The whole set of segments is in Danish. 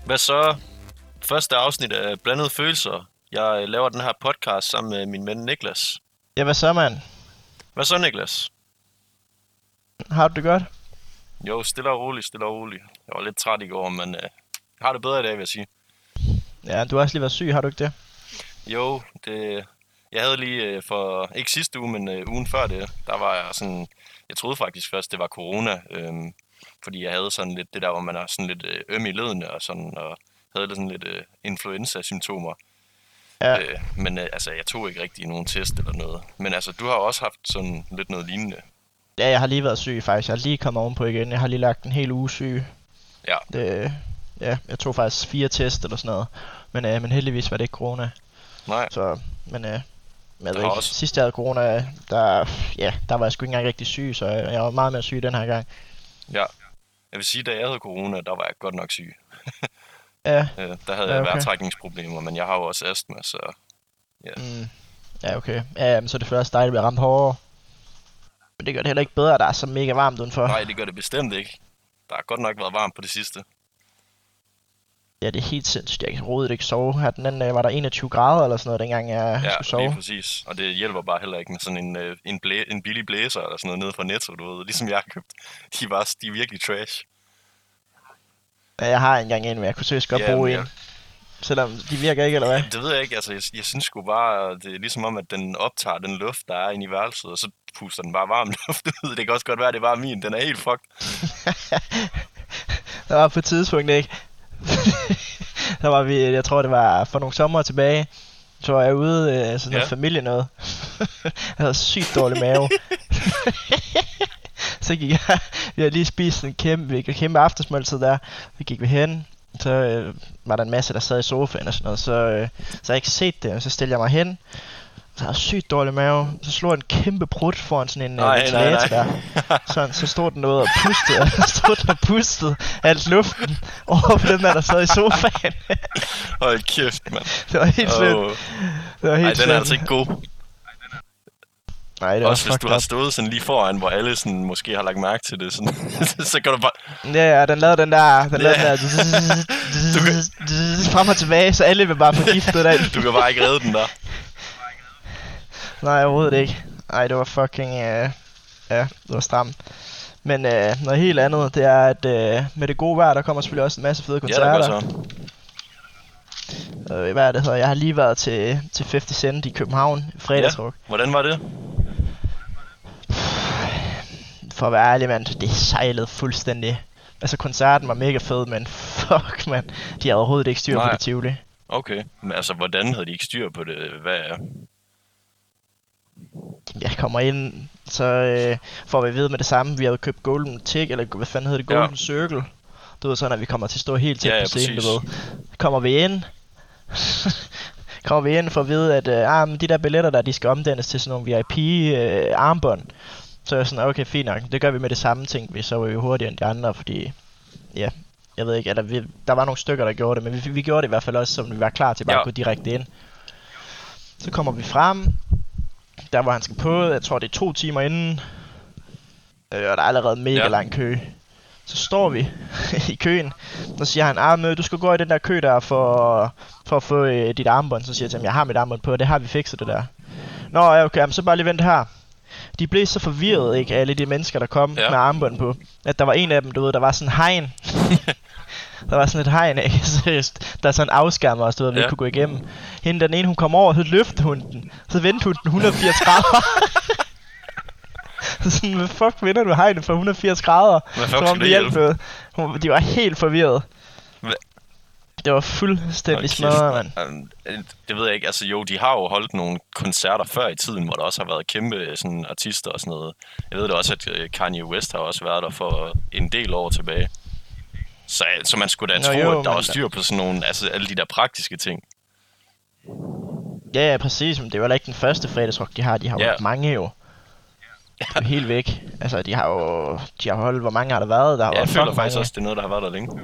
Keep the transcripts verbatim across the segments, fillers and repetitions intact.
Hvad så? Første afsnit af Blandede Følelser. Jeg laver den her podcast sammen med min ven Niklas. Ja, hvad så, mand? Hvad så, Niklas? Har du det godt? Jo, stille og roligt, stille og roligt. Jeg var lidt træt i går, men øh, jeg har det bedre i dag, vil jeg sige. Ja, du har også lige været syg, har du ikke det? Jo, det... Jeg havde lige øh, for... Ikke sidste uge, men øh, ugen før det, der var jeg sådan... Jeg troede faktisk først, det var corona. Øh, fordi jeg havde sådan lidt det der, hvor man er sådan lidt øh, øm i ledene og sådan... Og havde sådan lidt øh, influenza-symptomer. Ja. Øh, men øh, altså, jeg tog ikke rigtig nogen test eller noget. Men altså, du har også haft sådan lidt noget lignende. Ja, jeg har lige været syg faktisk. Jeg har lige kommet ovenpå igen. Jeg har lige lagt en hel uge syg. Ja. Det, ja, jeg tog faktisk fire test eller sådan noget. Men, øh, men heldigvis var det ikke corona. Nej. Så, men øh, jeg ved har ikke. også- Sidst jeg havde corona, der, ja, der var jeg sgu ikke engang rigtig syg. Så jeg, jeg var meget mere syg den her gang. Ja. Jeg vil sige, da jeg havde corona, der var jeg godt nok syg. Ja, Øh, der havde Ja, jeg okay. vejrtrækningsproblemer, men jeg har jo også astma, så... mm, ja okay. Ja, men så er det først dejligt at blive ramt hårdere. Men det gør det heller ikke bedre, at der er så mega varmt udenfor. Nej, det gør det bestemt ikke. Der har godt nok været varmt på det sidste. Ja, det er helt sindssygt. Jeg kan overhovedet ikke sove. Her den anden dag var der enogtyve grader eller sådan noget, dengang jeg Ja, skulle sove. lige præcis. Og det hjælper bare heller ikke med sådan en, øh, en, blæ- en billig blæser eller sådan noget nede fra Netto, du ved. Ligesom jeg har købt. De er, bare, de er virkelig trash. Ja, jeg har engang en, men jeg kunne seriøst godt Ja, bruge men en. Selvom de virker ikke, eller hvad? Det ved jeg ikke. Altså, jeg, jeg synes sgu bare, det er ligesom om, at den optager den luft, der er inde i værelset, og så puster den bare varm luft ud. Det kan også godt være, at det er bare min. Den er helt fucked. Der var på et tidspunkt, ikke? Der var vi, jeg tror det var for nogle sommer tilbage. Så var jeg ude øh, sådan noget Ja. familie noget. Jeg havde sygt dårlig mave. Så gik jeg, vi havde lige spist en kæmpe, en kæmpe aftensmåltid der. Så gik vi hen. Så øh, var der en masse, der sad i sofaen og sådan noget. Så, øh, så jeg ikke set det, og så stillede jeg mig hen. Så havde jeg sygt dårlig mave. Så slog jeg en kæmpe prut foran sådan en øh, Nej, nej, ventilator nej. der. Sådan, så stod den noget og pustede. Så stod den og pustede alt luften over på dem der, der sad i sofaen. Hold kæft, mand. Det var helt slemt. Åh. Det var helt Ej, den er slemt. altså ikke god. Nej, det var Også hvis fucked du har up. stået sådan lige foran, hvor alle sådan måske har lagt mærke til det, sådan, så kan du bare... Ja, ja, den lavede den der, den lavede Ja. den der frem og tilbage, så alle vil bare få giftet den. Du kan bare ikke redde den der. Nej, overhovedet ikke. Ej, det var fucking, øh, ja, det var stramt. Men øh, noget helt andet, det er, at øh, med det gode vejr, der kommer selvfølgelig også en masse fede Ja, der gør koncerter. så. Øh, hvad er det hedder? Jeg har lige været til, til halvtreds Cent i København i fredagsrock. Hvordan var det? For at være ærlig, mand, det sejlede fuldstændig. Altså, koncerten var mega fed, men fuck, mand. De havde overhovedet ikke styr på Nej. det Tivoli. Okay. Men altså, hvordan havde de ikke styr på det? Hvad er... Jeg kommer ind, så øh, får vi at vide med det samme. Vi havde købt Golden Tick, eller hvad fanden hedder det? Ja. Golden Circle. Du ved sådan, at vi kommer til at stå helt tæt Ja, ja, på scenen, du præcis. ved. Kommer vi ind, kommer vi ind for at vide, at øh, ah, men de der billetter der, de skal omdannes til sådan nogle V I P øh, armbånd. Så er jeg sådan, okay, fint nok. Det gør vi med det samme, tænkte vi. Så var vi hurtigere end de andre, fordi, ja, jeg ved ikke, eller vi, der var nogle stykker, der gjorde det, men vi, vi gjorde det i hvert fald også, som vi var klar til bare Ja. at gå direkte ind. Så kommer vi frem, der hvor han skal på, jeg tror det er to timer inden, øh, og der er allerede mega Ja. ja. lang kø. Så står vi i køen, så siger han, ah, men du skal gå i den der kø der for, for at få øh, dit armbånd. Så siger jeg til ham, jeg har mit armbånd på, det har vi fikset det der. Nå, ja, okay, jamen, så bare lige vent her. De blev så forvirret, ikke, alle de mennesker, der kom Ja. ja. med armbånd på, at der var en af dem, du ved, der var sådan en hegn. Der var sådan et hegn, ikke? Seriøst. Der er sådan en afskærmer også, du ved, vi Ja. ikke kunne gå igennem. Hende den ene, hun kom over, så løftede hun den. Så vendte hun den et hundrede og firs grader. Så sådan, hvad fuck vender du hegnet for et hundrede og firs grader? Hvad fuck Som om skulle det det hjalp hjælpe? noget. Hun, de var helt forvirret. Hva? Det var fuldstændig Hold smadret, kæft, mand. mand. Det ved jeg ikke. Altså jo, de har jo holdt nogle koncerter før i tiden, hvor der også har været kæmpe sådan, artister og sådan noget. Jeg ved da også, at øh, Kanye West har også været der for en del år tilbage. Så, så man skulle da Nå, tro, jo, at der men- var styr på sådan nogle, altså alle de der praktiske ting. Ja, ja, præcis. Men det var heller ikke den første fredagsrock, de har. De har jo Ja. yeah. mange jo. Det er jo helt væk. Altså, de har jo... De har holdt... Hvor mange har der været? Der har Ja, jeg været føler fucking faktisk mange. også, det er noget, der har været der længe.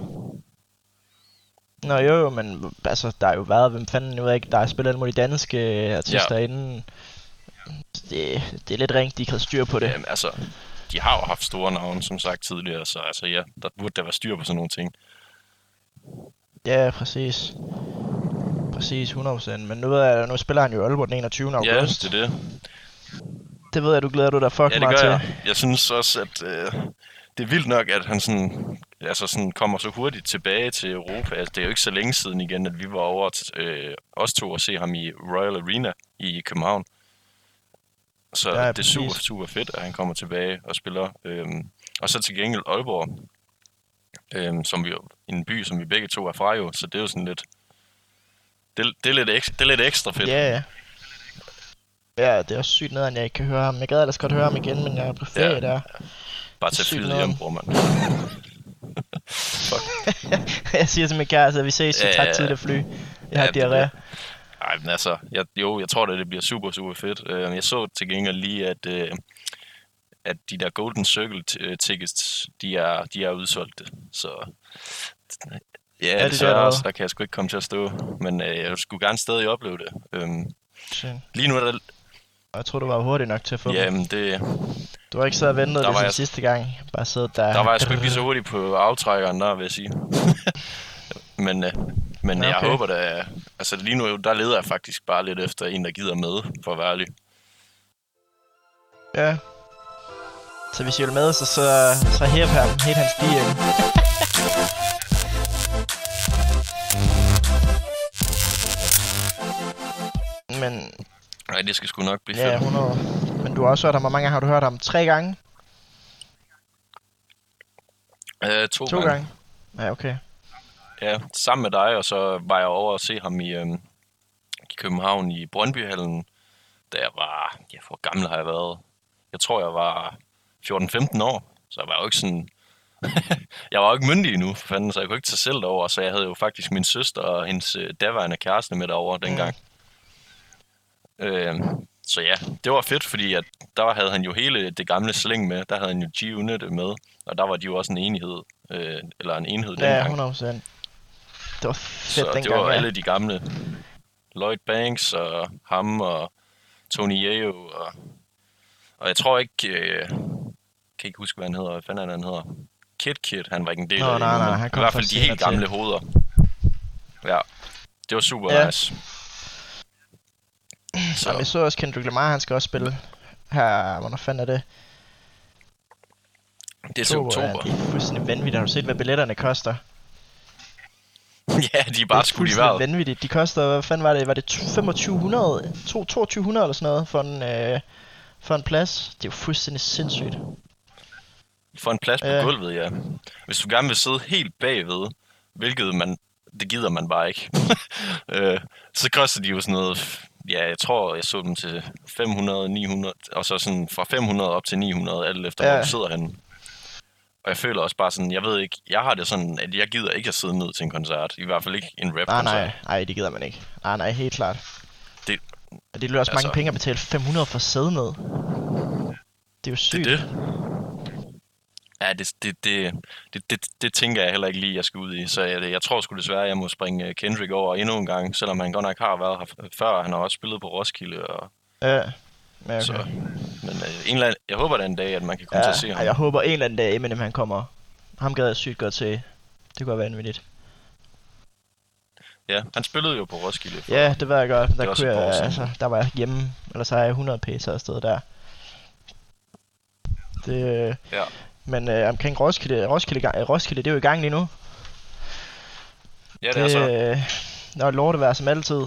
Nå jo, jo, men altså, der er jo været, hvem fanden, jeg ved ikke, der er spillet alle mulige danske artister ja. inden. Det, det er lidt ringt, de ikke havde styr på det. Jamen, altså, de har jo haft store navne, som sagt tidligere, så altså ja, der burde der være styr på sådan nogle ting. Ja, præcis. Præcis, hundrede procent. Men nu ved jeg, nu spiller han jo i Aalborg den enogtyvende august. Ja, det er det. Det ved jeg, du glæder du dig fuck Ja, det meget gør til. jeg. Jeg synes også, at øh, det er vildt nok, at han sådan, altså sådan kommer så hurtigt tilbage til Europa. Altså, det er jo ikke så længe siden igen, at vi var over til, øh, os to og se ham i Royal Arena i København. Så Ja, det er super, præcis. super fedt, at han kommer tilbage og spiller. Øhm, og så til gengæld Aalborg, øhm, som vi jo, en by, som vi begge to er fra jo, så det er jo sådan lidt, det, det, er, lidt ekstra, det er lidt ekstra fedt. Ja, ja. Ja, det er også sygt nederen, jeg ikke kan høre ham. Jeg gad ellers godt høre ham igen, men jeg er på ferie Ja. der. Bare tage sygt flyet nederen. hjem, bror, mand. Fuck. Jeg siger til min kæreste, at vi ses i Ja, tak ja, til det fly. Jeg ja, har det er diarré. det. Ej, men altså, jeg, jo, jeg tror da, det bliver super, super fedt. Øh, jeg så til gengæld lige, at, øh, at de der Golden Circle t- øh, tickets, de er, de er udsolgte. Så ja, Er de desværre, derude? så der kan jeg sgu ikke komme til at stå. Men øh, jeg skulle gerne stadig opleve det. Øhm, Shit. lige nu er der... Og jeg tror du var hurtig nok til at få dem. Jamen, det, Du har ikke siddet og ventet Der var ligesom jeg- sidste gang. Bare siddet der. der var jeg sgu ikke lige så hurtig på aftrækkeren der, vil jeg sige. men øh, men Ja, jeg okay. håber da... Altså lige nu, der leder jeg faktisk bare lidt efter en, der gider med, for at være ærlig. Ja. Så hvis I vil med, så, så, så hæv ham. Helt hans D M. Men Nej, det skal sgu nok blive ja, fedt. hundrede. Men du har også hørt ham. Hvor mange gange har du hørt ham? Tre gange? Øh, to, To gange? Ja, okay. Ja, sammen med dig, og så var jeg over at se ham i, øhm, i København i Brøndbyhallen, da jeg var... Ja, hvor gammel har jeg været? Jeg tror, jeg var fjorten femten år, så jeg var jo ikke sådan... jeg var jo ikke myndig endnu, for fanden, så jeg kunne ikke tage selv derover, så jeg havde jo faktisk min søster og hendes øh, daværende kæreste med derover dengang. Mm. Øh, så ja, det var fedt, fordi at der havde han jo hele det gamle slæng med, der havde han jo G-Unit med, og der var de jo også en enhed, øh, eller en enhed Ja, dengang. hundrede procent. Det var fedt Så dengang, det var ja. alle de gamle. Lloyd Banks og ham og Tony Yeo og, og jeg tror ikke, øh, kan ikke huske, hvad han hedder, hvad fanden er det, han hedder? Kid Kid, han var ikke en del Nå, af det, nej, endnu, nej, men han i kom hvert fald først de helt senere gamle hoveder. Ja, det var super Ja. nice. Så, Jamen, jeg så også Kendrick Lamar, han skal også spille her, hvornår fanden er det? det er til oktober. Ja, det er fuldstændig vanvittigt. Har du set, hvad billetterne koster? Ja, de er bare Det er skudt i fuldstændig vejret. vanvittigt. De koster, hvad fanden var det? Var det femogtyve hundrede? To- toogtyve hundrede eller sådan noget for en, øh, for en plads? Det er jo fuldstændig sindssygt. For en plads på Ja. gulvet, ja. Hvis du gerne vil sidde helt bagved, hvilket man, det gider man bare ikke, øh, så koster de jo sådan noget, ja, jeg tror, jeg så dem til fem hundrede, ni hundrede, og så sådan fra fem hundrede op til ni hundrede, alt efter, Ja. hvor du sidder henne. Og jeg føler også bare sådan, jeg ved ikke, jeg har det sådan, at jeg gider ikke at sidde ned til en koncert, i hvert fald ikke en Nej, rap-koncert. nej, nej, det gider man ikke. Nej, nej, helt klart. Det- Og det er også altså- mange penge at betale fem hundrede for at sidde ned. Det er jo sygt. Det er det. Ja, det, det, det, det, det, det tænker jeg heller ikke lige, jeg skal ud i. Så jeg, jeg tror sgu desværre, jeg må springe Kendrick over endnu en gang, selvom han godt nok har været her før. Han har også spillet på Roskilde. Og, Ja, ja, okay. så, men øh, en eller anden, jeg håber da en dag, at man kan komme Ja, til at se ham. ej, jeg håber en eller anden dag, Eminem han kommer. Ham gad jeg sygt godt til. Det kunne være vanvittigt. Ja, han spillede jo på Roskilde. For, Ja, det ved jeg godt. er Der, også kunne et par år jeg, siden. altså, der var jeg hjemme, eller så har jeg hundrede p taget afsted der. Det, Ja. men øh, omkring Roskilde, Roskilde, gang- Roskilde, det er jo i gang lige nu. ja, det er så. øh, der er lortevejr som altid.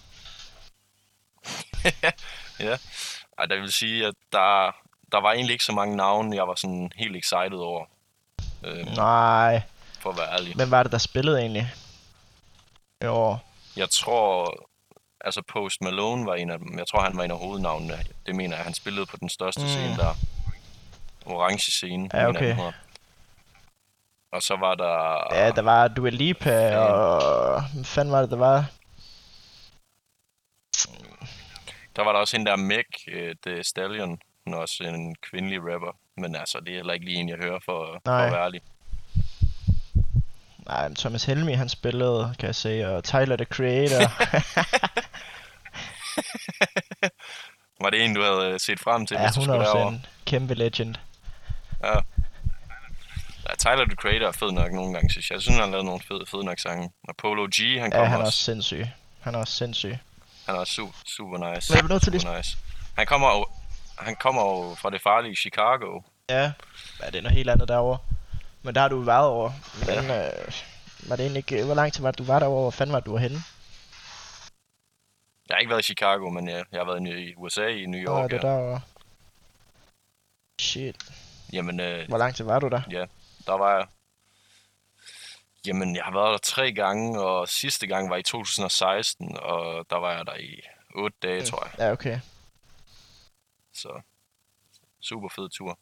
Ja. Ej, der vil sige, at der, der var egentlig ikke så mange navne, jeg var sådan helt excited over. Øh, Nej, for at være ærlig. hvem var det, der spillede egentlig? Jo, Jeg tror, altså Post Malone var en af dem. Jeg tror, han var en af hovednavnene. Det mener jeg, han spillede på den største Mm. scene der. Orange scene. Ja, mener jeg, okay. den hedder. Og så var der... ja, der var Dua Lipa, og hvad fanden var det, der var? Der var der også hende der Meg, uh, The Stallion. Hun er også en kvindelig rapper. Men altså, det er heller ikke lige en, jeg hører for, for Nej. at være ærlig. Nej, men Thomas Helmi han spillede, kan jeg se, og Tyler the Creator. Var det en, du havde set frem til, Ja, hvis du skulle hundrede derover? procent. Kæmpe legend. Ja. Ja, Tyler, the Creator er fed nok nogle gange, synes jeg. Jeg synes, han har lavet nogle fede, fede nok sange. Og Polo G, han Ja, kommer han er også. også sindssyg. Han er også sindssyg. Han er også super, super nice. Men jeg er nødt til super nice. Han kommer jo, han kommer jo fra det farlige Chicago. Ja, ja, det er noget helt andet derovre. Men der har du været over. Men ja. øh, var det egentlig ikke... Hvor lang tid var det, du var derovre? Hvor fanden var du henne? Jeg har ikke været i Chicago, men jeg, jeg har været i U S A, i New York. Åh, det er derovre. Shit. Jamen, øh, Hvor lang tid var du der? Ja, der var jeg... Jamen, jeg har været der tre gange, og sidste gang var i to tusind og seksten, og der var jeg der i otte dage, mm. tror jeg. Ja, okay. Så, super fed tur.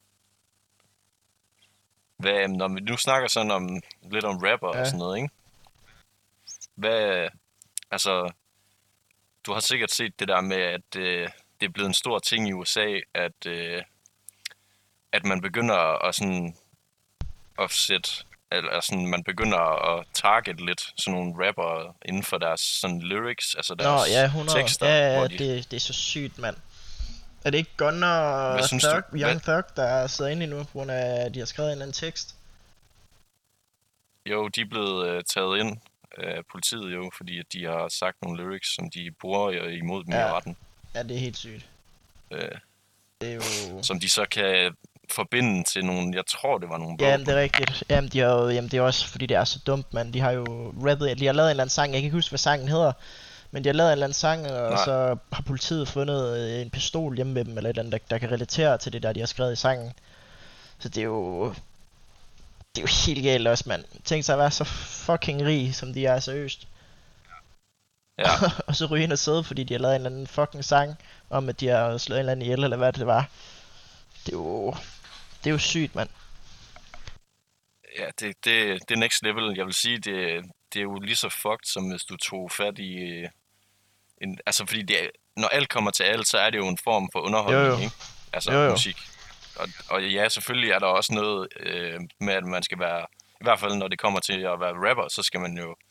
Hvad, når vi nu snakker sådan om, lidt om rapper ja. og sådan noget, ikke? Hvad, altså, du har sikkert set det der med, at øh, det er blevet en stor ting i U S A, at, øh, at man begynder at sådan, at sætte, eller sådan, man begynder at target lidt sådan nogle rapper inden for deres sådan lyrics, altså deres Nå, ja, hundrede. tekster. Ja, ja, de... det, det er så sygt, mand. Er det ikke Gunner og Thug, Young Hvad? Thug, der sidder inde nu, på grund af, at de har skrevet en eller anden tekst? Jo, de er blevet uh, taget ind af politiet jo, fordi at de har sagt nogle lyrics, som de bruger imod dem ja. i retten. Ja, det er helt sygt. Uh, det er jo... Som de så kan forbinde til nogle, jeg tror det var nogle Ja, det er rigtigt. Jamen, de har jo, jamen, det er også fordi det er så dumt, man. De har jo rappet, de har lavet en eller anden sang, jeg kan ikke huske, hvad sangen hedder. Men de har lavet en eller anden sang, og Nej. så har politiet fundet en pistol hjemme med dem, eller et eller andet, der, der kan relatere til det der, de har skrevet i sangen. Så det er jo... Det er jo helt galt også, mand. Tænk sig at være så fucking rig, som de er seriøst. Ja. Og så ryge ind og sidde, fordi de har lavet en eller anden fucking sang, om at de har slået en eller anden ihjel, eller hvad det var. Det er jo... Det er jo sygt, mand. Ja, det, det, det er next level. Jeg vil sige, det, det er jo lige så fucked, som hvis du tog fat i... En, altså, fordi det er, når alt kommer til alt, så er det jo en form for underholdning, jo, jo. ikke? Altså, jo, jo. musik. Og, og ja, selvfølgelig er der også noget øh, med, at man skal være... I hvert fald, når det kommer til at være rapper, så skal man jo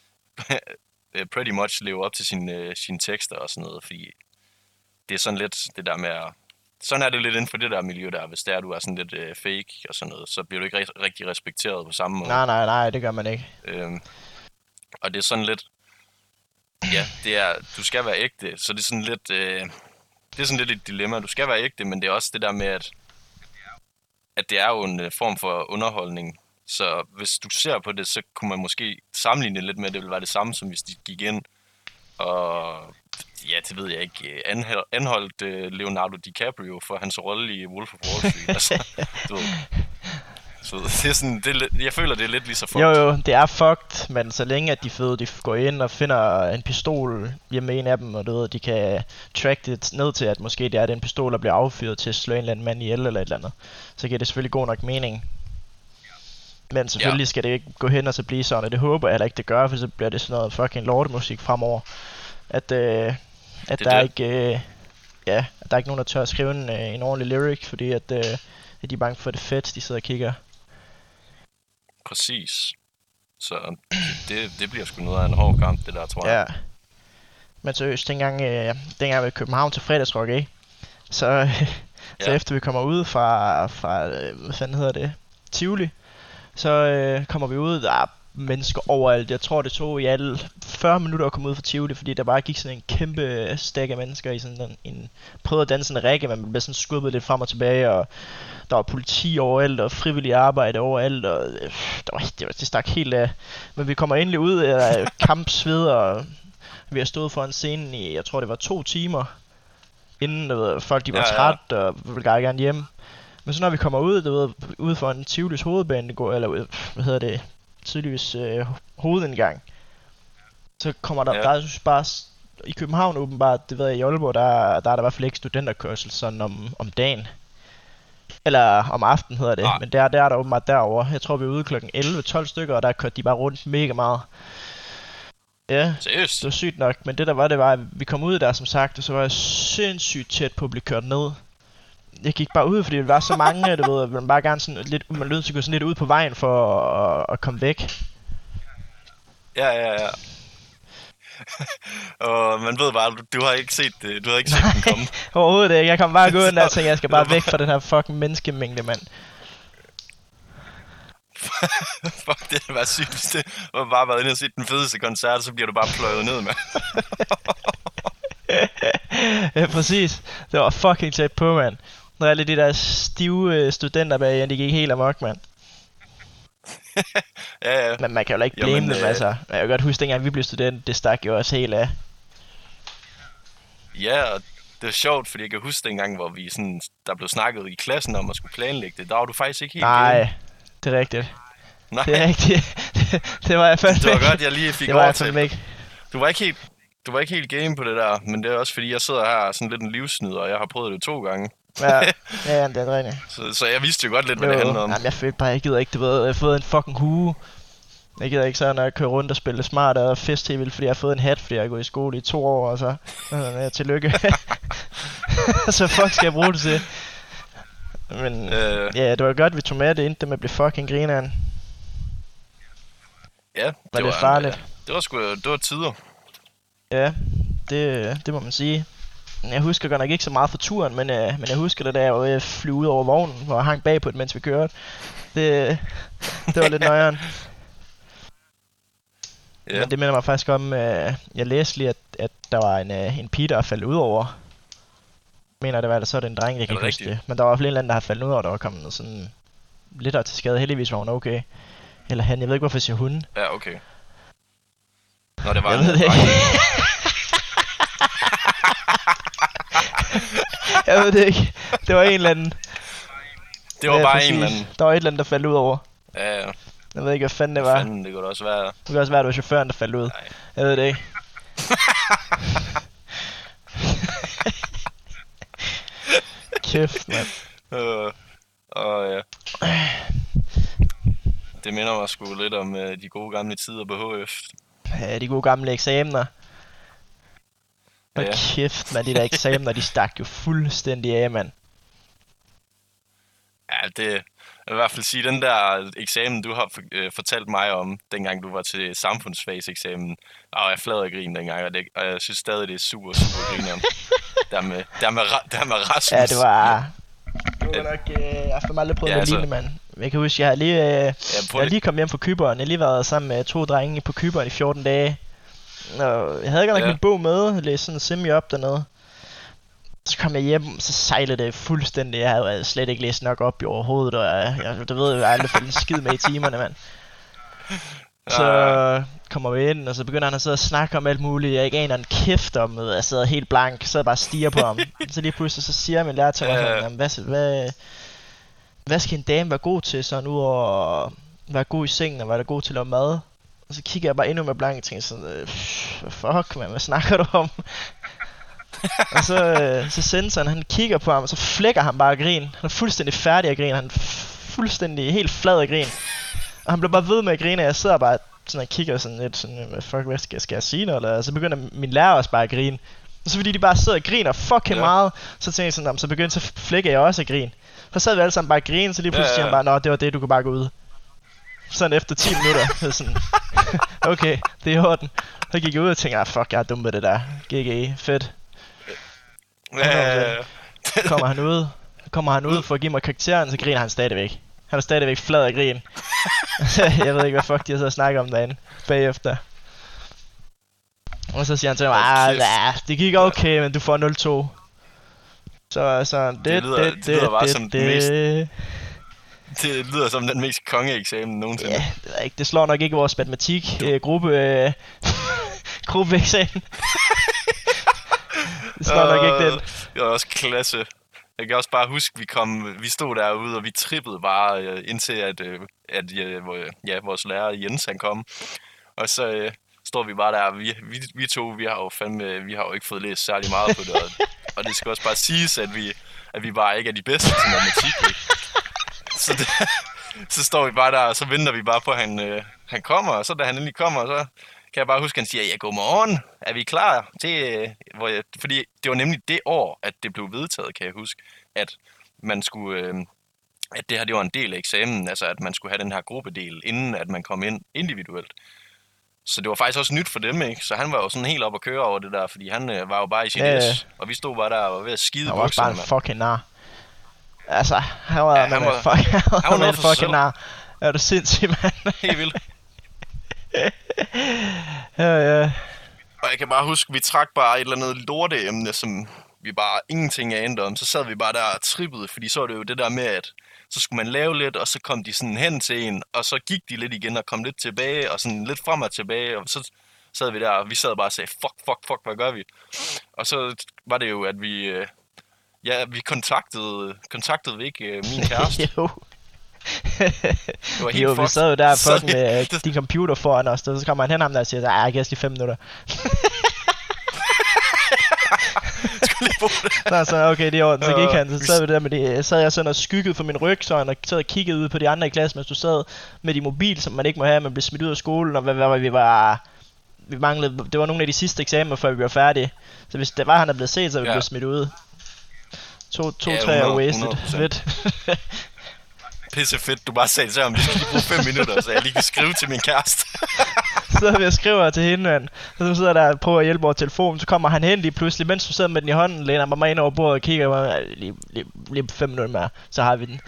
pretty much leve op til sine, øh, sine tekster og sådan noget, fordi det er sådan lidt det der med at... Sådan er det lidt inden for det der miljø der. Hvis det er, du er sådan lidt øh, fake og sådan noget, så bliver du ikke ri- rigtig respekteret på samme måde. Nej, nej, nej, det gør man ikke. Øhm, og det er sådan lidt... Ja, det er... Du skal være ægte, så det er sådan lidt... Øh, det er sådan lidt et dilemma. Du skal være ægte, men det er også det der med, at... At det er jo en øh, form for underholdning. Så hvis du ser på det, så kunne man måske sammenligne det lidt med, at det ville være det samme, som hvis de gik ind og... Ja, det ved jeg ikke. Anhold, anholdt uh, Leonardo DiCaprio for hans rolle i Wolf of Wall Street. altså, du ved. Så det er sådan, det er lidt, jeg føler, det er lidt lige så fucked. Jo, jo, det er fucked, men så længe at de fede, de går ind og finder en pistol hjemme en af dem, og du ved, de kan track det ned til, at måske det er den pistol, der bliver affyret til at slå en eller anden mand ihjel eller et eller andet, så giver det selvfølgelig god nok mening. Men selvfølgelig ja. skal det ikke gå hen og så blive sådan, og det håber jeg heller ikke, det gør, for så bliver det sådan noget fucking lortemusik fremover. At, øh, at der er ikke, øh, ja, at der er ikke nogen, der tør at skrive en, øh, en ordentlig lyric, fordi at, øh, at de er bange for det fedt, de sidder og kigger. Præcis. Så det, det bliver sgu noget af en hård kamp, det der, tror jeg. Ja. Men seriøst, dengang, øh, dengang vi i København til fredagsrock, ikke? Så, øh, ja. så efter vi kommer ud fra, fra øh, hvad fanden hedder det, Tivoli, så øh, kommer vi ud, der er mennesker overalt. Jeg tror det tog i alle fyrre minutter at komme ud fra Tivoli, fordi der bare gik sådan en kæmpe stak af mennesker i sådan en, en prøvede at danse en række, man blev sådan skubbet lidt frem og tilbage, og der var politi overalt, og frivillige arbejde overalt, og øh, der var, det, var, det stak helt af. Men vi kommer endelig ud af kampsved, og vi har stået foran scenen i, jeg tror det var to timer, inden du ved, folk de var ja, ja. træt, og ville gerne gerne hjem. Men så når vi kommer ud, du ved, ude for en Tivolis hovedbane, eller hvad hedder det, tydeligvis øh, hovedindgang, så kommer der, ja. der er bare, i København åbenbart, det ved jeg, i Aalborg, der, der er der i hvert fald ikke studenterkørsel sådan om, om dagen. Eller om aftenen hedder det, ja. Men der, der er der åbenbart derovre. Jeg tror vi er ude klokken elleve tolv stykker, og der kørte de bare rundt mega meget. Ja, seriøst? Det var sygt nok, men det der var, det var, at vi kom ud der som sagt, og så var jeg sindssygt tæt på at blive kørt ned. Jeg gik bare ud, fordi det var så mange, du ved, man bare gerne sådan lidt, man lød til at gå sådan lidt ud på vejen for at, at komme væk. Ja, ja, ja. Og man ved bare, du, du har ikke set det, du har ikke set den komme. Overhovedet ikke, jeg kom bare gå ud der og tænkte, jeg skal bare væk fra den her fucking menneskemængde, mand. Fuck, det var sygt, hvis det var bare været inde og set den fedeste koncert, og så bliver du bare pløjet ned, mand. Ja, præcis. Det var fucking tæt på, mand. Når alle de der stive øh, studenter bag, de gik helt amok, mand. Ja, ja. Men man kan jo ikke blame Jamen, dem, øh, altså. Jeg kan godt huske, dengang vi blev studenter, det stak jo også helt af. Ja, og det er sjovt, fordi jeg kan huske dengang, hvor vi sådan, der blev snakket i klassen om at skulle planlægge det. Der var du faktisk ikke helt Nej, game. det er rigtigt. Nej, Det er rigtigt. det, det var jeg fandme det var ikke. godt, jeg lige fik Det var jeg overtalt. fandme ikke. Du var ikke helt, du var ikke helt game på det der, men det er også fordi, jeg sidder her sådan lidt en livsnyder, og jeg har prøvet det to gange. Ja, ja, det er rigtigt. Så, så jeg vidste jo godt lidt, hvad Jo, det handlede om. Jamen, jeg følte bare, jeg gider ikke, du ved, jeg har fået en fucking hue. Jeg gider ikke sådan at køre rundt og spille smart og fest helt vildt, fordi jeg har fået en hat, fordi jeg har gået i skole i to år, og så ja, tillykke. Så fuck skal jeg bruge det til? Men Øh, ja, det var godt, vi tog med det, indtil med at blive fucking grineren. ja, det Var det var, farligt? øh, det var sgu, det var tider. Ja, det, det må man sige. Jeg husker godt nok ikke så meget fra turen, men, øh, men jeg husker det, da jeg var ved at flyve ud over vognen, hvor jeg hang bagpå det, mens vi kørte. Det, det var lidt nøjeren. Ja, Men det minder mig faktisk om, øh, jeg læste lige, at, at der var en, øh, en pige, der var faldet ud over. Jeg mener, det var, eller så er det en dreng, jeg kan Er ikke det huske rigtigt? det. Men der var i hvert fald en eller anden, der har faldet ud over, der var kommet sådan lidt til skade. Heldigvis var hun okay. Eller han, jeg ved ikke, hvorfor jeg siger hun. ja, okay. Nå, det var Jeg en ved det dreng. ikke. Jeg ved det ikke. Det var en eller anden. Det var Ja, bare præcis. en eller anden. Der var et eller andet, der faldt ud over. Ja, ja. Jeg ved ikke, hvad fanden det var. Fanden, det kunne da også være. Det kan også være, at det var chaufføren, der faldt ud. Nej. Jeg ved det ikke. Kæft, mand. Øh, og ja. Det minder mig sgu lidt om uh, de gode gamle tider på H F. Ja, de gode gamle eksamener. Hold Ja. kæft, man, de der eksamener, de stak jo fuldstændig af, mand. Ja, det jeg vil i hvert fald sige, den der eksamen, du har for, øh, fortalt mig om, dengang du var til samfundsfagseksamen, og jeg flad af grin dengang, og, det, og jeg synes stadig, det er super, super grineren. der med, der med, Ra- der med Rasmus. Ja, det var... Det var nok... Øh, jeg har fandme aldrig prøvet Ja, ja, altså- lignende, mand. Jeg kan huske, jeg har lige... Øh, Ja, jeg prøv har lige. lige kommet hjem fra Cypern. Jeg har lige været sammen med to drenge på Cypern i fjorten dage. Og jeg havde godt nok Ja. min bog med, jeg læste sådan semi op dernede. Så kom jeg hjem, så sejlede det fuldstændig. Jeg havde slet ikke læst nok op i overhovedet, og jeg, jeg, du ved, jeg har aldrig fået en skid med i timerne, mand. Så kommer vi ind, og så begynder han at sidde og snakke om alt muligt. Jeg ikke aner en kæft om det. Jeg sidder helt blank, så bare stiger på ham. Så lige pludselig så siger min lærer til mig Ja. sådan, "Jamen, hvad, hvad, hvad skal en dame være god til, sådan udover at være god i sengen og være god til at lave mad?" Og så kigger jeg bare endnu mere blank og tænker sådan, øh, "Hvad fuck, man, hvad snakker du om?" Og så, øh, så Sensen, han kigger på ham, og så flækker han bare af grin. Han er fuldstændig færdig af grin, han er f- fuldstændig helt flad af grin. Og han bliver bare ved med at grine, og jeg sidder bare sådan og kigger sådan lidt sådan, hvad fuck, hvad skal, skal jeg sige noget? Eller? Og så begynder min lærer også bare at grine. Og så fordi de bare sidder og griner fucking Ja. meget, så tænker jeg sådan, "Jamen, så begyndte så flækker jeg også at grine." Så sad vi alle sammen bare og grine, så lige pludselig Ja, ja, siger han bare, "Nå, det var det, du kunne bare gå ud." Sådan efter ti minutter, så er jeg sådan, okay, det er i orden. Så gik jeg ud og tænkte, ah fuck, jeg er dum med det der. G G, fedt. Ja, Kommer han ud, kommer han ud for at give mig karakteren, så griner han stadigvæk. Han er stadigvæk flad af grin. Jeg ved ikke, hvad fuck de har så snakket om derinde bagefter. Og så siger han til mig, Hold ah, kæft. nah, det gik okay, men du får nul to. Så så det, Det lyder- det lyder bare som den mest- det. det lyder som den mest kongeeksamen nogensinde. Ja, det, ved jeg ikke, det slår nok ikke vores matematik øh, gruppe øh, gruppeeksamen. Det slår nok ikke den. Det var også klasse. Jeg kan også bare huske, vi kom, vi stod derude, og vi trippede bare øh, indtil, at, øh, at øh, hvor- ja, vores lærer Jens han kom. Og så øh, står vi bare der, vi, vi, vi to, vi har jo fandme, vi har jo ikke fået læst særlig meget på det. Og, og det skal også bare siges, at vi, at vi bare ikke er de bedste til matematik. Ikke? Så, det, så står vi bare der, og så venter vi bare på, at han, øh, han kommer. Og så da han endelig kommer, så kan jeg bare huske, at han siger, ja, godmorgen, er vi klar til, øh, hvor jeg, fordi det var nemlig det år, at det blev vedtaget, kan jeg huske, at man skulle, øh, at det her, det var en del af eksamen, altså at man skulle have den her gruppedel, inden at man kom ind individuelt. Så det var faktisk også nyt for dem, ikke? Så han var jo sådan helt op at køre over det der, fordi han øh, var jo bare i sit Ja, ja. S, og vi stod bare der og var ved at skide Han var også bare bukserne, en mand. fucking nar. Altså, han var, Ja, ja, han han var- var, fuck, han var, han var han var noget en for sig fucking selv. nar. Er du sindssyg, mand? Helt vildt. Ja, ja. Og jeg kan bare huske, vi trak bare et eller andet lorteemne, som vi bare ingenting anede om. Så sad vi bare der og trippede, fordi så var det jo det der med, at så skulle man lave lidt, og så kom de sådan hen til en, og så gik de lidt igen og kom lidt tilbage, og sådan lidt frem og tilbage, og så sad vi der, og vi sad bare og sagde, fuck, fuck, fuck, hvad gør vi? Og så var det jo, at vi, øh, ja, vi kontaktede, kontaktede vi ikke øh, min kæreste. Jo. Det var helt Jo, vi fucked. sad jo der Så- fucking med uh, din computer foran os, og så kommer han hen ham der og siger, ej, jeg giver os lige fem minutter. Skulle lige bruge det. Så er jeg sådan, okay, det er orden, så Ja, gik han, så vi- sad vi der med det, sad jeg sådan og skyggede for min ryg, så han og sad og kiggede ud på de andre i klassen, mens du sad med de mobil, som man ikke må have, man blev smidt ud af skolen, og hvad, hvad, hvad vi var, vi manglede, det var nogle af de sidste eksamener, før vi var færdige, så hvis det var, han er blevet set, så er vi Ja. blevet smidt ud. To, to, Ja, tre år hundrede, wasted, hundrede procent. fedt. Pisse fedt, du bare sagde til ham, vi skal lige bruge fem minutter, så jeg lige kan skrive til min kæreste. Så sidder vi og skriver til hende, mand. Så du sidder der og prøver at hjælpe over telefonen, så kommer han hen lige pludselig, mens du sidder med den i hånden, læner mig ind over bordet og kigger, og jeg, lige, lige, lige fem minutter mere, så har vi den.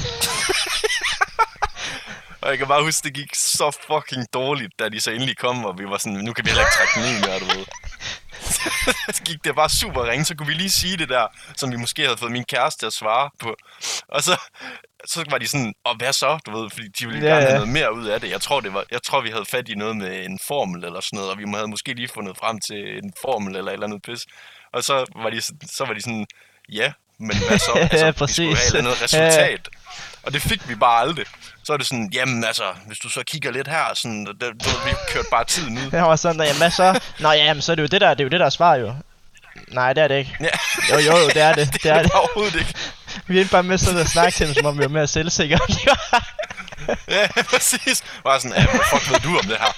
Og jeg kan bare huske, det gik så fucking dårligt, da de så endelig kom, og vi var sådan, nu kan vi heller ikke trække den ned mere, du ved. Så gik det bare super ringe, så kunne vi lige sige det der, som vi måske havde fået min kæreste at svare på. Og så, så var de sådan, og hvad så, du ved, fordi de ville Ja, gerne have ja. noget mere ud af det. Jeg tror, det var, jeg tror, vi havde fat i noget med en formel eller sådan noget, og vi havde måske lige fundet frem til en formel eller et eller andet pis. Og så var de, sådan- så var de sådan, ja, men hvad så? Ja, Altså, vi præcis. skulle have et eller andet Ja, ja. resultat. Og det fik vi bare aldrig. Så er det sådan, jamen altså, hvis du så kigger lidt her, sådan, det, det, vi kørte bare tiden ud. Han var sådan, jamen hvad så? Nå ja, men så er det jo det der, det er jo det der er svar jo. Nej, det er det ikke. Ja, Jo, jo, jo, det er det, det er det. overhovedet ikke. Vi endte bare med sådan at snakke til dem, som om vi var mere selvsikre. Ja, præcis. Bare sådan, ja, hvad fuck ved du om det her?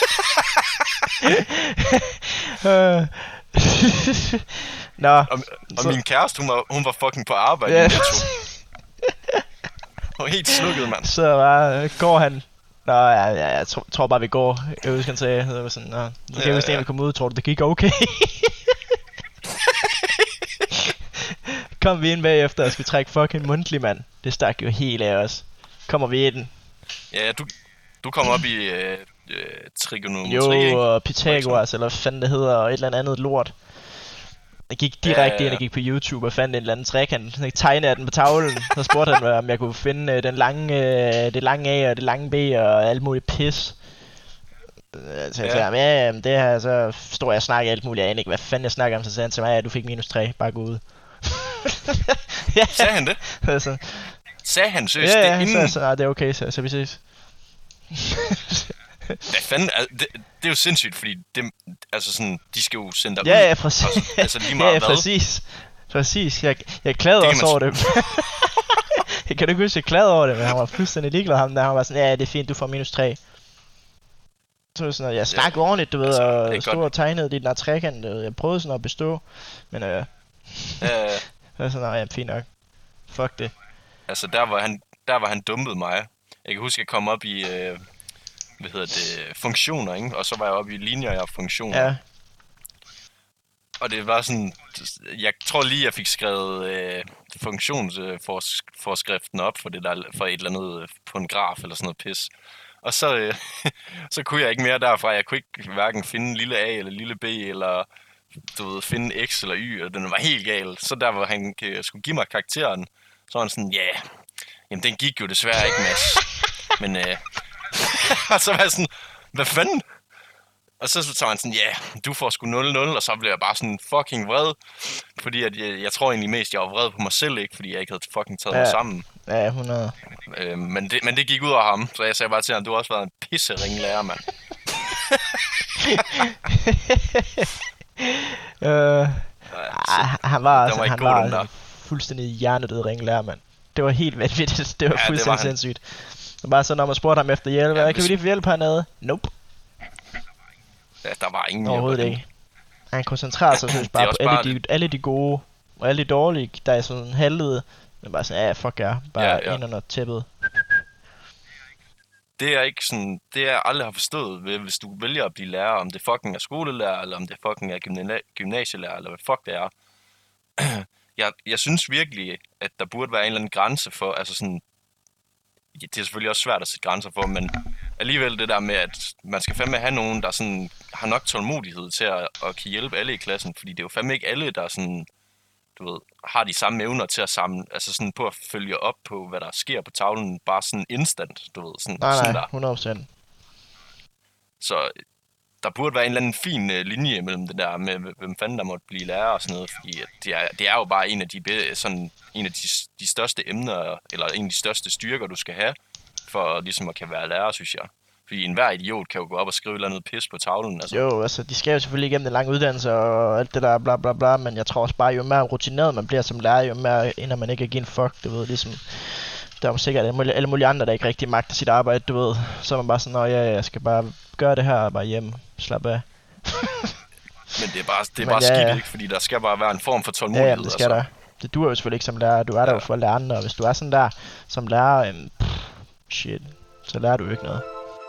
Øh. Nå, Og, og Så- min kæreste, hun var, hun var fucking på arbejde Ja. i Netto. Hun var helt slukket, mand. så bare, øh, går han. Nå, ja, ja, jeg tror, tror bare vi går. Jeg husker han sagde, så var sådan, nå, så kan Ja, jeg huske, ja. at vi kom ud, tror du det gik okay? Kom vi ind bagefter og skulle trække fucking mundtlig, mand. Det stak jo helt af os. Kommer vi i den? Ja, du, du kom op i øh, øh, trigonometri, ikke? Jo, og Pythagoras, eller hvad fanden det hedder, og et eller andet lort. Jeg gik direkte Ja, ja, ja, ja. ind og gik på YouTube og fandt en eller anden trekant. Så jeg tegnede den på tavlen. Så spurgte han mig, om jeg kunne finde øh, den lange, øh, det lange A og det lange B og alt muligt pis. Øh, Så jeg Ja. sagde, ham, ja, jamen, det her, så står jeg og snakker alt muligt. Jeg aner ikke, hvad fanden jeg snakker om. Så sagde han til mig, ja, du fik minus tre, bare gå ud. Ja, Sagde han det? altså, Sagde han seriøst ja, det ja, inden? så, så, ah, det er okay, så, så vi ses. Hvad fanden? Altså, det, det er jo sindssygt, fordi det, altså sådan, de skal jo sende dig Ja, ud. ja, præcis. Altså, altså lige Ja, meget ja, hvad. præcis. Præcis. Jeg, jeg klagede Det kan også man over det. Jeg kan da ikke huske, jeg klagede over det, men han var fuldstændig ligeglad ham der. Han var sådan, ja, det er fint, du får minus tre. Så var det sådan, at jeg snakkede ordentligt, du ved, altså, det er og godt. stod og tegnede de der trekant. du ved. Jeg prøvede sådan at bestå, men øh, Øh, så var jeg sådan, ja, fint nok. Fuck det. altså, der var han, der var han dumpet mig. Jeg kan huske, at jeg kom op i, øh, hvad hedder det, funktioner, ikke? Og så var jeg oppe i linjer og funktioner. Ja, Og det var sådan, jeg tror lige, jeg fik skrevet øh, funktionsforskriften op for, det der, for et eller andet øh, på en graf eller sådan noget pis. Og så, øh, så kunne jeg ikke mere derfra. Jeg kunne ikke hverken finde lille A eller lille B, eller du ved, finde X eller Y, og den var helt gal. Så der, hvor han øh, skulle give mig karakteren, så var han sådan, ja, yeah, jamen den gik jo desværre ikke, Mads. Men, øh, og så var jeg sådan, hvad fanden? Og så tager han sådan, ja, yeah, du får sgu nul nul, og så blev jeg bare sådan fucking vred. Fordi at jeg, jeg tror egentlig mest, jeg var vred på mig selv, ikke? Fordi jeg ikke havde fucking taget Ja. mig sammen. ja, hundrede. Øh, men, det, men det gik ud af ham, så jeg sagde bare til ham, du har også været en pisseringelærer, mand. øh, Altså, ah, han var, altså, var ikke han god, var den der. altså fuldstændig hjernedød ringlærer, mand. Det var helt vanvittigt. Det var Ja, det fuldstændig var han. sindssygt. Det var bare sådan, når man spurgte ham efter hjælp, Ja, ja, kan hvis- vi lige få hjælp hernede? Nope. ja, der var ingen Overhovedet hjælp. ikke. Han koncentrerer sig seriøst Det er bare på også alle bare de, alle de gode, og alle de dårlige, der er sådan halvede. Men bare sådan, ja, fuck ja, bare Ja, ja, ja. ja. ind under tæppet. Det er ikke sådan, det jeg aldrig har forstået ved, hvis du vælger at blive lærer, om det fucking er skolelærer, eller om det fucking er gymna- gymnasielærer, eller hvad fuck det er. jeg, jeg synes virkelig, at der burde være en eller anden grænse for, altså sådan, det er selvfølgelig også svært at sætte grænser for, men alligevel det der med, at man skal fandme have nogen, der sådan har nok tålmodighed til at, at kan hjælpe alle i klassen, fordi det er jo fandme ikke alle, der sådan, du ved, har de samme evner til at samle, altså sådan på at følge op på, hvad der sker på tavlen, bare sådan instant, du ved, sådan, Nej, sådan nej, der. hundrede procent. Så der burde være en eller anden fin uh, linje mellem det der med, hvem fanden der måtte blive lærer og sådan noget, fordi at det, er, det er jo bare en af de, be- sådan, en af de, de største emner, eller en af de største styrker, du skal have, for ligesom at kan være lærer, synes jeg. Fordi enhver idiot kan jo gå op og skrive et eller andet pis på tavlen. Altså. Jo, altså, de skal jo selvfølgelig igennem en lang uddannelse og alt det der bla bla bla, men jeg tror også bare, jo mere rutineret man bliver som lærer, jo mere ender man ikke at give en fuck, du ved, ligesom... Der er jo sikkert alle mulige, alle mulige andre, der ikke rigtig magter sit arbejde, du ved. Så er man bare sådan, nå ja, jeg skal bare gøre det her og bare hjem, slap af. Men det er bare, det er Men bare ja, skidt, ja. ikke? Fordi der skal bare være en form for tålmodighed. Ja, jamen, det skal altså. der. Det duer jo selvfølgelig ikke som lærer, du er der Ja. jo for at lære andre, og hvis du er sådan der som lærer, øhm, pff, shit, så lærer du jo ikke noget.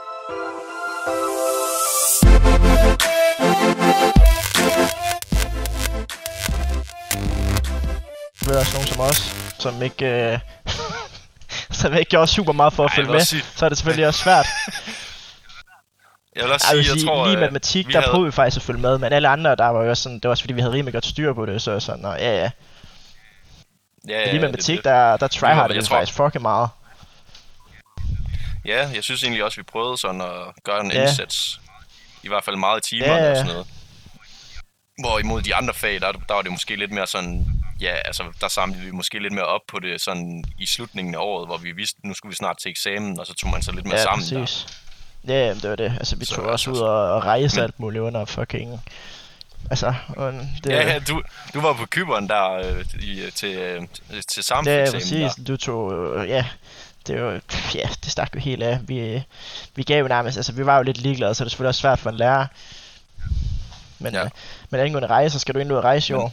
Der er også nogen som os, som ikke, øh, som ikke gjorde super meget for at Ej, følge jeg vil med, også sige- så er det selvfølgelig også svært. Jeg vil også Jeg vil sige, jeg sige, tror, lige øh, matematik, vi der havde- prøvede vi faktisk at følge med, men alle andre, der var jo også sådan, det var også fordi, vi havde rimelig godt styr på det, så sådan, nå, ja, ja. Ja, Ja, ja, lige det er matematik, det. der, der tryhardede jeg vi tror- faktisk fucking meget. Ja, jeg synes egentlig også, vi prøvede sådan at gøre en Ja. indsats. I hvert fald meget i timerne Ja, ja. og sådan noget. Hvorimod de andre fag, der, der var det måske lidt mere sådan... Ja, altså, der samlede vi måske lidt mere op på det sådan i slutningen af året, hvor vi vidste, nu skulle vi snart til eksamen, og så tog man så lidt mere Ja, sammen præcis. Ja, jamen, det var det. Altså, vi Så, tog også altså, ud og, og rejse men- alt muligt under fucking... Altså, og det, der. Ja, ja, du, du var på Kyberen der øh, i, til, øh, til det er samfundseksamen præcis. der. Du tog... Øh, ja, det er jo... Ja, det stak jo helt af. Vi, vi gav jo nærmest... Altså, vi var jo lidt ligeglade, så det er selvfølgelig også svært for en lærer. Men, Ja. ja. men angående rejse, så skal du ind ud og rejse i Men- år.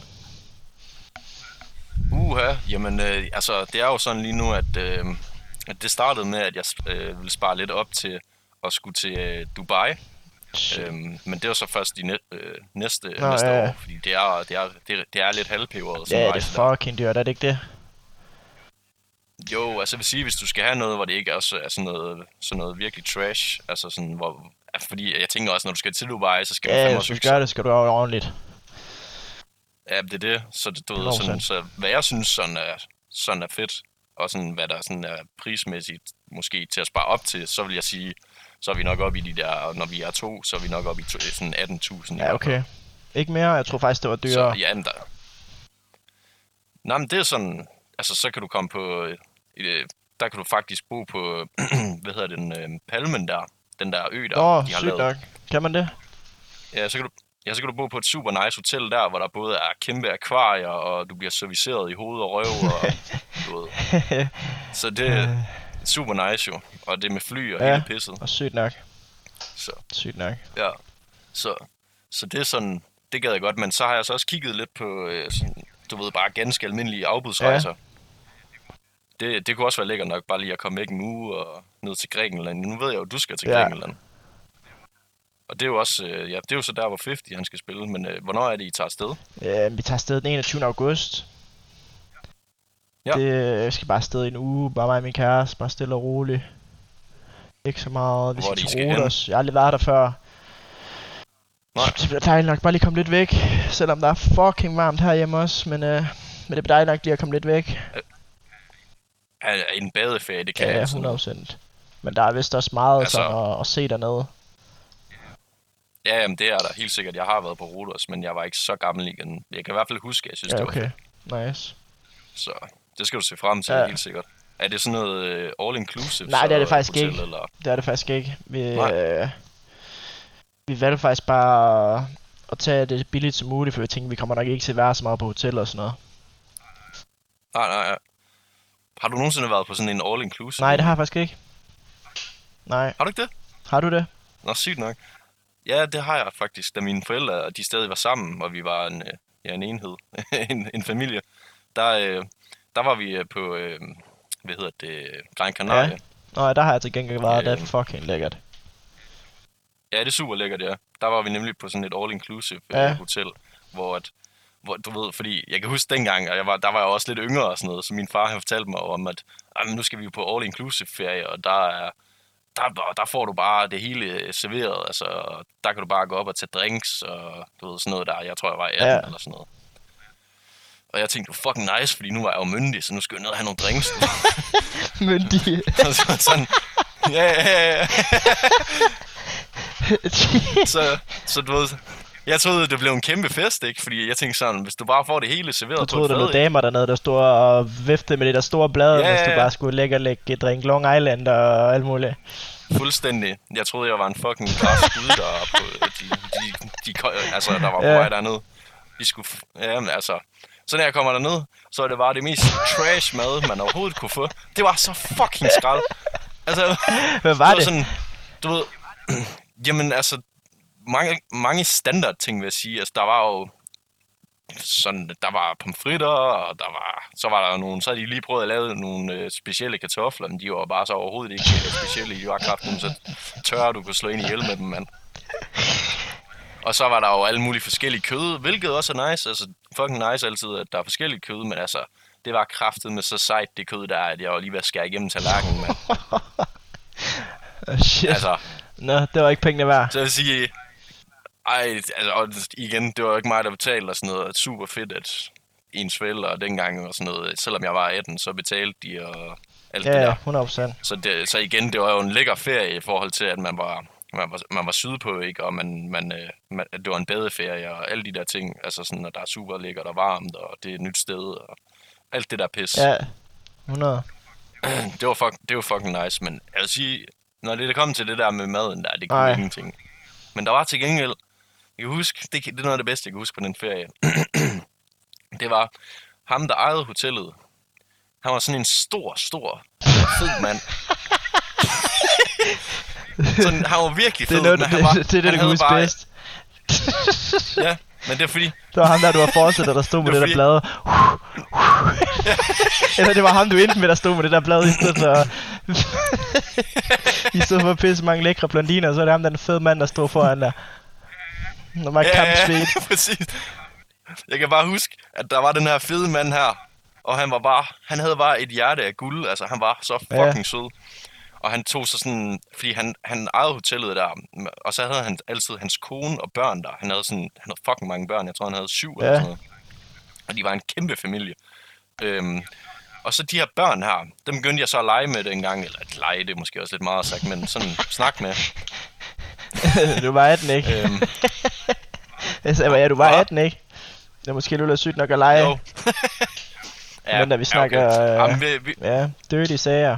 Uha, jamen øh, altså, det er jo sådan lige nu, at, øh, at det startede med, at jeg øh, ville spare lidt op til at skulle til øh, Dubai. Shit. Øhm, men det var så først i næ- øh, næste, Nå, næste ja, ja. år, fordi det er, det er, det er, det er lidt halvpeberet. Ja, det er fucking dyrt, er det ikke det? Jo, altså jeg vil sige, hvis du skal have noget, hvor det ikke er, så, er sådan, noget, sådan noget virkelig trash, altså sådan, hvor, ja, fordi jeg tænker også, når du skal til Dubai, så skal du Ja, fandme hvis også du hygge skal gøre det, skal du gøre det ordentligt. Ja, det er det. Så det, du ved, hundrede sådan, procent. så hvad jeg synes sådan er, sådan er fedt, og sådan, hvad der sådan er prismæssigt måske til at spare op til, så vil jeg sige, så er vi nok oppe i de der, når vi er to, så er vi nok oppe i to, sådan atten tusind. Ja, okay. Ikke mere? Jeg tror faktisk, det var Så dyrere. ja, men der... Nej, men det er sådan, altså så kan du komme på, øh, der kan du faktisk bo på, hvad hedder den, øh, Palmen der, den der ø der, Nå, de har sygt lavet. nok. Kan man det? Ja, så kan du, ja, så kan du bo på et super nice hotel der, hvor der både er kæmpe akvarier, og du bliver serviceret i hoved og røv, og du ved. Så det er super nice jo, og det er med fly og Ja. ja. hele pisset. Og sygt nok. Så, Sygt nok. ja. Så, så det er sådan, det gad jeg godt, men så har jeg så også kigget lidt på, øh, sådan, du ved, bare ganske almindelige afbudsrejser. Ja. Det, det kunne også være lækkert nok, bare lige at komme væk en uge og ned til Grækenland. Nu ved jeg jo, du skal til Ja. Grækenland. Og det er jo også, øh, ja, det er jo så der, hvor halvtreds han skal spille, men øh, hvornår er det, I tager afsted? Ja, vi tager afsted den enogtyvende august. Ja. Det, jeg skal bare afsted i en uge, bare mig og min kæreste, bare stille og roligt. Ikke så meget, vi Hvor er skal det, I til skal hen? Rhodos. Jeg har aldrig været der før. Nej. Det bliver dejligt nok bare lige komme lidt væk, selvom der er fucking varmt herhjemme også, men, øh, men det bliver dejligt nok lige at komme lidt væk. Er, er en badeferie, det kan Ja, jeg sådan hundrede procent. Men der er vist også meget Altså- sådan at, at se dernede. Ja, jamen det er der helt sikkert. Jeg har været på Rhodos, men jeg var ikke så gammel igen. Jeg kan i hvert fald huske, at jeg synes, Ja, det var okay. fedt. Nice. Så det skal du se frem til, Ja. ja. helt sikkert. Er det sådan noget uh, all-inclusive? Nej, det er det så, faktisk hotel, ikke. Eller? Det er det faktisk ikke. Vi, Nej. øh, vi valgte faktisk bare at, at tage det billigt som muligt, for vi tænkte, vi kommer nok ikke til at være så meget på hotel og sådan noget. Nej, nej, nej. Har du nogensinde været på sådan en all-inclusive? Nej, det har jeg faktisk ikke. Nej. Har du ikke det? Har du det? Nå, sygt nok. Ja, det har jeg faktisk. Da mine forældre, de stadig var sammen, og vi var en, øh, ja, en enhed, en, en familie, der, øh, der var vi øh, på, øh, hvad hedder det, Gran Canaria. Ja. Nå, ja, der har jeg til gengæld været, det er Øhm. fucking lækkert. Ja, det er super lækkert, ja. Der var vi nemlig på sådan et all-inclusive Ja. øh, hotel, hvor, at, hvor, du ved, fordi jeg kan huske dengang, og jeg var, der var jeg også lidt yngre og sådan noget, så min far han fortalte mig om, at nu skal vi på all-inclusive ferie, og der er Der, der får du bare det hele serveret, altså, der kan du bare gå op og tage drinks, og du ved, sådan noget der, jeg tror, jeg var atten ja. eller sådan noget. Og jeg tænkte, fucking nice, fordi nu var jeg jo myndig, så nu skal jeg ned og have nogle drinks. Myndig? så, sådan, ja, ja, ja. så, så du ved, jeg troede, det blev en kæmpe fest, ikke? Fordi jeg tænkte sådan, hvis du bare får det hele serveret på et fad. Du troede, der lå damer dernede, der stod og viftede med det der store blad, ja, hvis du bare skulle lægge og lægge drink Long Island og alt muligt. Fuldstændig. Jeg troede, jeg var en fucking græskud, der på de, de, de, de, altså, der var på ja. vej dernede. De skulle, ja, men altså, så når jeg kommer derned, så er det bare det mest trash mad, man overhovedet kunne få. Det var så fucking skrald. Altså, hvad var det? det? Var sådan, du ved, jamen altså, mange, mange standard ting vil jeg sige. Altså, der var jo sådan, der var pomfritter, og der var, så var der nogle, så havde de lige prøvet at lave nogle øh, specielle kartofler, men de var bare så overhovedet ikke specielle. De var kraften så tørre, du kunne slå ind ihjel med dem, mand. Og så var der jo alle mulige forskellige kød, hvilket også er nice. Altså, fucking nice altid, at der er forskellige kød, men altså, det var kraftet med så sejt det kød der, at jeg var lige ved at skære igennem tallerkenen, mand. Oh, shit. Altså, Nå, det var ikke pengene værd. Så jeg vil sige, ej, altså, og igen, det var jo ikke mig, der betalte og sådan noget. Super fedt, at ens forældre dengang og sådan noget, selvom jeg var atten, så betalte de og alt ja, det der. Ja, hundrede procent. Så, det, så igen, det var jo en lækker ferie i forhold til, at man var, man var, man var sydpå, ikke? Og man, man, man, det var en badeferie og alle de der ting. Altså sådan, at der er super lækkert og varmt, og det er et nyt sted og alt det der pis. Ja, hundrede. Det var, fuck, det var fucking nice, men jeg vil sige, når det kom til det der med maden der, det kunne ingenting. Men der var til gengæld, jeg kan huske, det, det er noget af det bedste, jeg kan huske på den ferie. Det var ham, der ejede hotellet. Han var sådan en stor, stor, fed mand. Sådan, han var virkelig fed. Det er noget, men det, han var, det, det, det, det kan huske bare... bedst. Ja, men det er fordi... Det var ham der, du har forestillet, der stod med det, det der fordi... blad. Eller det var ham, du endte med, der stod med det der blad, i stedet for... I stedet for at pisse mange lækre blondiner, så er det ham, der den fede mand, der stod foran der. Der var ja, kampsvedt. Ja, præcis. Jeg kan bare huske, at der var den her fede mand her, og han var bare, han havde bare et hjerte af guld, altså han var så fucking ja. sød. Og han tog sig sådan, fordi han, han ejede hotellet der, og så havde han altid hans kone og børn der. Han havde sådan, han havde fucking mange børn, jeg tror han havde syv ja. eller sådan noget. Og de var en kæmpe familie. Øhm, og så de her børn her, dem begyndte jeg så at lege med dengang, eller at lege, det er måske også lidt meget sagt, men sådan snak med. Du var atten, ikke? Øhm, jeg sagde, ja, du var atten, ikke? Det er måske lidt sygt nok at lege. Jo. Ja, men da vi snakker, ja, okay. øh, Jamen, vi, vi... ja, dirty sager.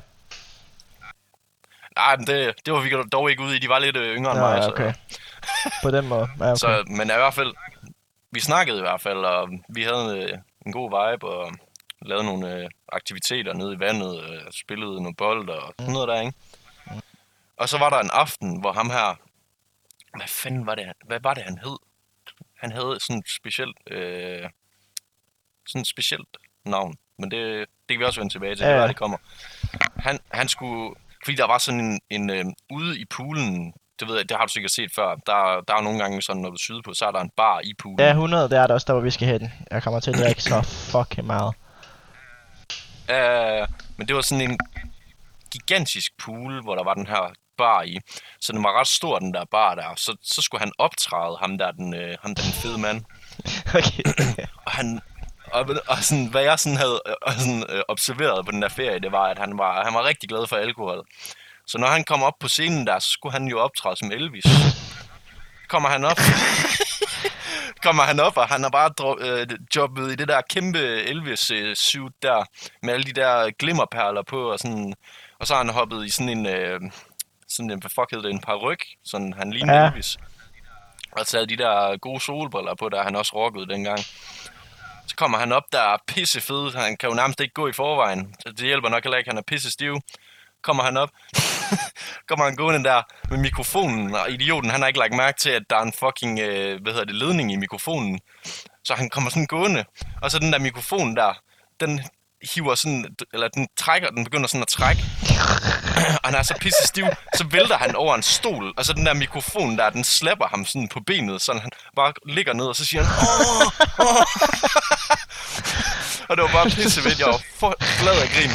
Nej, men det, det var vi dog ikke ude i. De var lidt øh, yngre end Nå, mig. Okay. Så. På den måde. Ja, okay. Så, men i hvert fald, vi snakkede i hvert fald, og vi havde øh, en god vibe, og lavede nogle øh, aktiviteter nede i vandet, øh, spillede nogle bold og sådan noget der, ikke? Mm. Og så var der en aften, hvor ham her, hvad fanden var det, hvad var det, han hed? Han havde sådan et specielt, øh, sådan et specielt navn, men det, det kan vi også vende tilbage til, ja, ja. Det kommer. Han, han skulle, fordi der var sådan en, en øh, ude i poolen, det ved jeg, det har du sikkert set før, der, der er nogle gange sådan, når du syder på, så er der en bar i poolen. Ja, hundrede, det er der også, der hvor vi skal hen. Jeg kommer til at drikke så fucking meget. Ja, uh, men det var sådan en gigantisk pool, hvor der var den her bar i. Så den var ret stor, den der bar der. Så, så skulle han optræde, ham der, den, øh, ham der den fede mand. Okay. Og han... Og, og sådan, hvad jeg sådan havde øh, sådan, øh, observeret på den der ferie, det var, at han var, han var rigtig glad for alkohol. Så når han kom op på scenen der, så skulle han jo optræde som Elvis. Kommer han op... kommer han op, og han har bare dro- øh, jobbet i det der kæmpe Elvis-suit øh, der, med alle de der glimmerperler på, og sådan... Og så har han hoppet i sådan en... Øh, sådan en, hvad fuck hed det, en paryk, sådan han lignede ja. Elvis. Og taget de der gode solbriller på, der han også rockede dengang. Så kommer han op, der er pissefed, han kan jo nærmest ikke gå i forvejen. Så det hjælper nok heller ikke, han er pissestiv. Kommer han op, kommer han gående der med mikrofonen, og idioten, han har ikke lagt mærke til, at der er en fucking, øh, hvad hedder det, ledning i mikrofonen. Så han kommer sådan gående, og så den der mikrofon der, den, hiver sådan, eller den trækker, den begynder sådan at trække, og han er så pisse stiv, så vælter han over en stol, og så den der mikrofon der, den slapper ham sådan på benet, så han bare ligger ned, og så siger han, åh, åh. Og det var bare pissevidt, jeg var for glad af grin.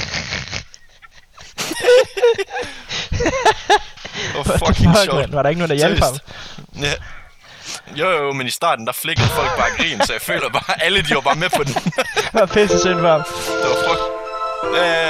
Det var fucking fuck, sjovt. Man. Var der ikke nogen, der hjalp ham? Ja. Jo, jo, men i starten, der flikkede folk bare grin, så jeg føler bare, alle de var bare med på den. Det var pisse synd for ham. Det var fuck. Ja,